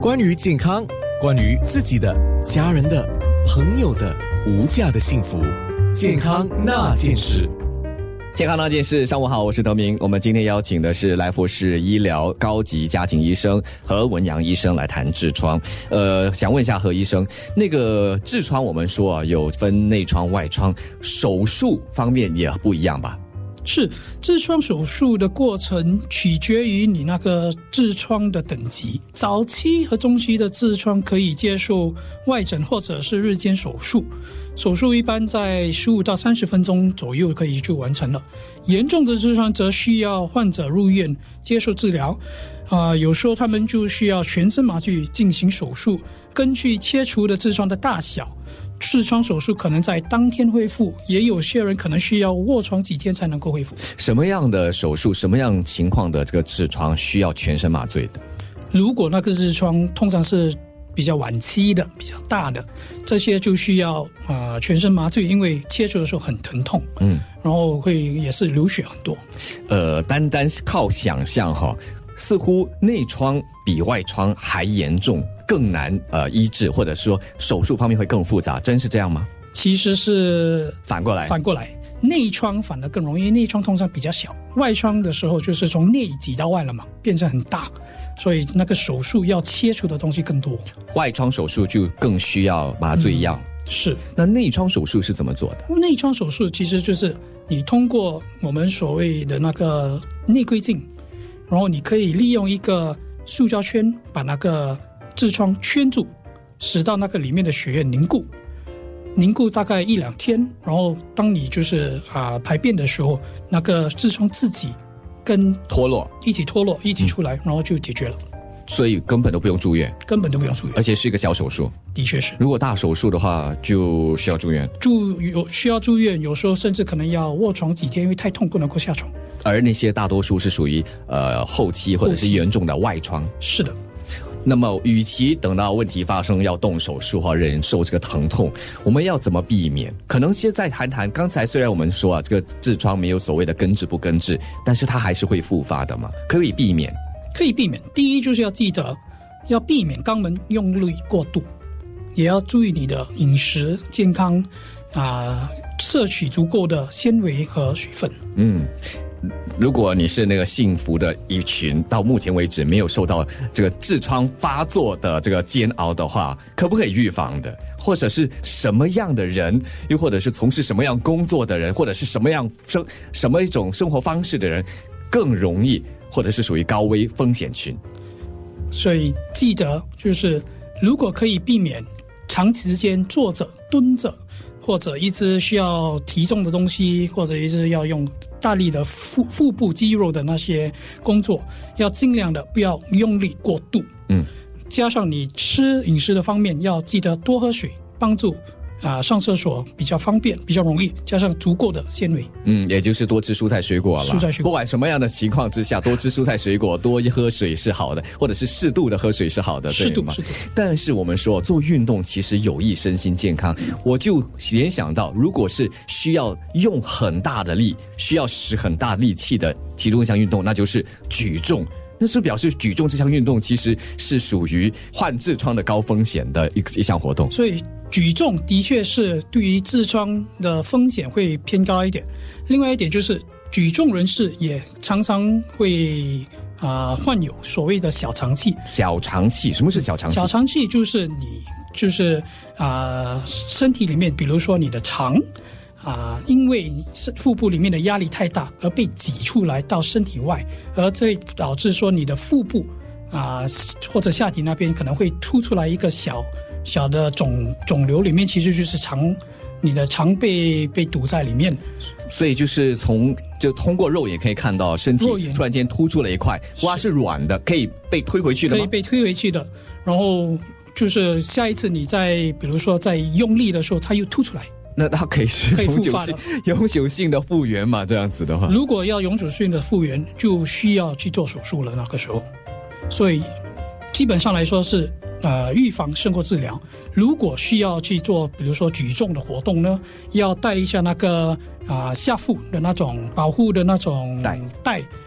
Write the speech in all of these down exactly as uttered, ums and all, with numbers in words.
关于健康，关于自己的、家人的、朋友的无价的幸福，健康那件事。 健康那件事，上午好，我是德明。我们今天邀请的是来福士医疗高级家庭医生何文阳医生来谈痔疮。呃，想问一下何医生，那个痔疮我们说啊，有分内疮、外疮，手术方面也不一样吧？ 是，痔疮手术的过程取决于你那个痔疮的等级。早期和中期的痔疮可以接受外诊或者是日间手术，手术一般在十五到三十分钟左右可以就完成了。严重的痔疮则需要患者入院接受治疗，啊、呃，有时候他们就需要全身麻醉进行手术，根据切除的痔疮的大小。痔疮手术可能在当天恢复，也有些人可能需要卧床几天才能够恢复。 什么样的手术，什么样情况的这个痔疮需要全身麻醉的？ 如果那个痔疮通常是比较晚期的、比较大的，这些就需要呃全身麻醉，因为切除的时候很疼痛，嗯，然后会也是流血很多。 呃，单单靠想象哈，似乎内疮比外疮还严重，更难呃医治，或者说手术方面会更复杂，真是这样吗？ 其实是反过来， 反过来，内疮反而更容易，内疮通常比较小，外疮的时候就是从内挤到外了嘛，变成很大，所以那个手术要切除的东西更多。 外疮手术就更需要麻醉药。嗯， 是。 那内疮手术是怎么做的？ 内疮手术其实就是你通过我们所谓的那个内窥镜，然后你可以利用一个塑胶圈把那个痔疮圈住，使到那个里面的血液凝固，凝固大概一两天，然后当你就是啊、呃、排便的时候，那个痔疮自己跟脱落一起脱落一起出来，嗯、然后就解决了。 所以根本都不用住院， 根本都不用住院， 而且是一个小手术。 的确是。 如果大手术的话，就需要住院。 住有需要住院，有时候甚至可能要卧床几天，因为太痛不能够下床。 而那些大多数是属于呃后期或者是严重的外疮。 是的。 那么与其等到问题发生要动手术和忍受这个疼痛，我们要怎么避免？可能现在谈谈，刚才虽然我们说啊，这个痔疮没有所谓的根治不根治，但是它还是会复发的嘛，可以避免？ 可以避免。第一就是要记得要避免肛门用力过度，也要注意你的饮食健康啊、呃，摄取足够的纤维和水分。 嗯。如果你是那个幸福的一群，到目前为止没有受到这个痔疮发作的这个煎熬的话，可不可以预防的？或者是什么样的人，又或者是从事什么样工作的人，或者是什么样生什么一种生活方式的人更容易，或者是属于高危风险群？ 所以记得就是如果可以避免长时间坐着蹲着，或者一直需要提重的东西，或者一直要用大力的腹腹部肌肉的那些工作，要尽量的不要用力过度。嗯，加上你吃饮食的方面要记得多喝水，帮助啊、呃、上厕所比较方便，比较容易，加上足够的纤维。嗯， 也就是多吃蔬菜水果了。 蔬菜水果， 不管什么样的情况之下，多吃蔬菜水果，多喝水是好的，或者是适度的喝水是好的， 适度适度。 但是我们说做运动其实有益身心健康，我就联想到，如果是需要用很大的力，需要使很大力气的其中一项运动，那就是举重。那是表示举重这项运动其实是属于患痔疮的高风险的一一项活动。 所以举重的确是对于痔疮的风险会偏高一点。另外一点就是举重人士也常常会啊、呃、患有所谓的小肠气。 小肠气，什么是小肠气？ 小肠气就是你就是啊、呃、身体里面，比如说你的肠。啊、呃，因为腹部里面的压力太大而被挤出来到身体外，而这导致说你的腹部啊、呃、或者下体那边可能会凸出来一个小小的肿肿瘤，里面其实就是肠，你的肠被被堵在里面， 所以就是从就通过肉眼可以看到身体突然间凸出了一块，哇，是软的，可以被推回去的吗？ 可以被推回去的，然后就是下一次你在比如说在用力的时候，它又凸出来。 那它可以是永久性永久性的复原嘛？这样子的话， 如果要永久性的复原，就需要去做手术了。那个时候，所以基本上来说是呃预防胜过治疗。如果需要去做，比如说举重的活动呢，要带一下那个啊、呃、下腹的那种保护的那种带带，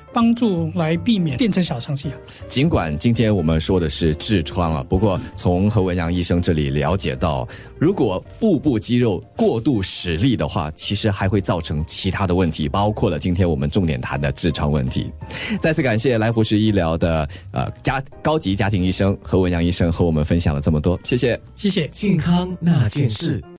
帮助来避免变成小肠气啊。 尽管今天我们说的是痔疮啊，不过从何文阳医生这里了解到，如果腹部肌肉过度使力的话，其实还会造成其他的问题，包括了今天我们重点谈的痔疮问题。再次感谢来福士医疗的呃家高级家庭医生何文阳医生和我们分享了这么多，谢谢， 谢谢。 健康那件事。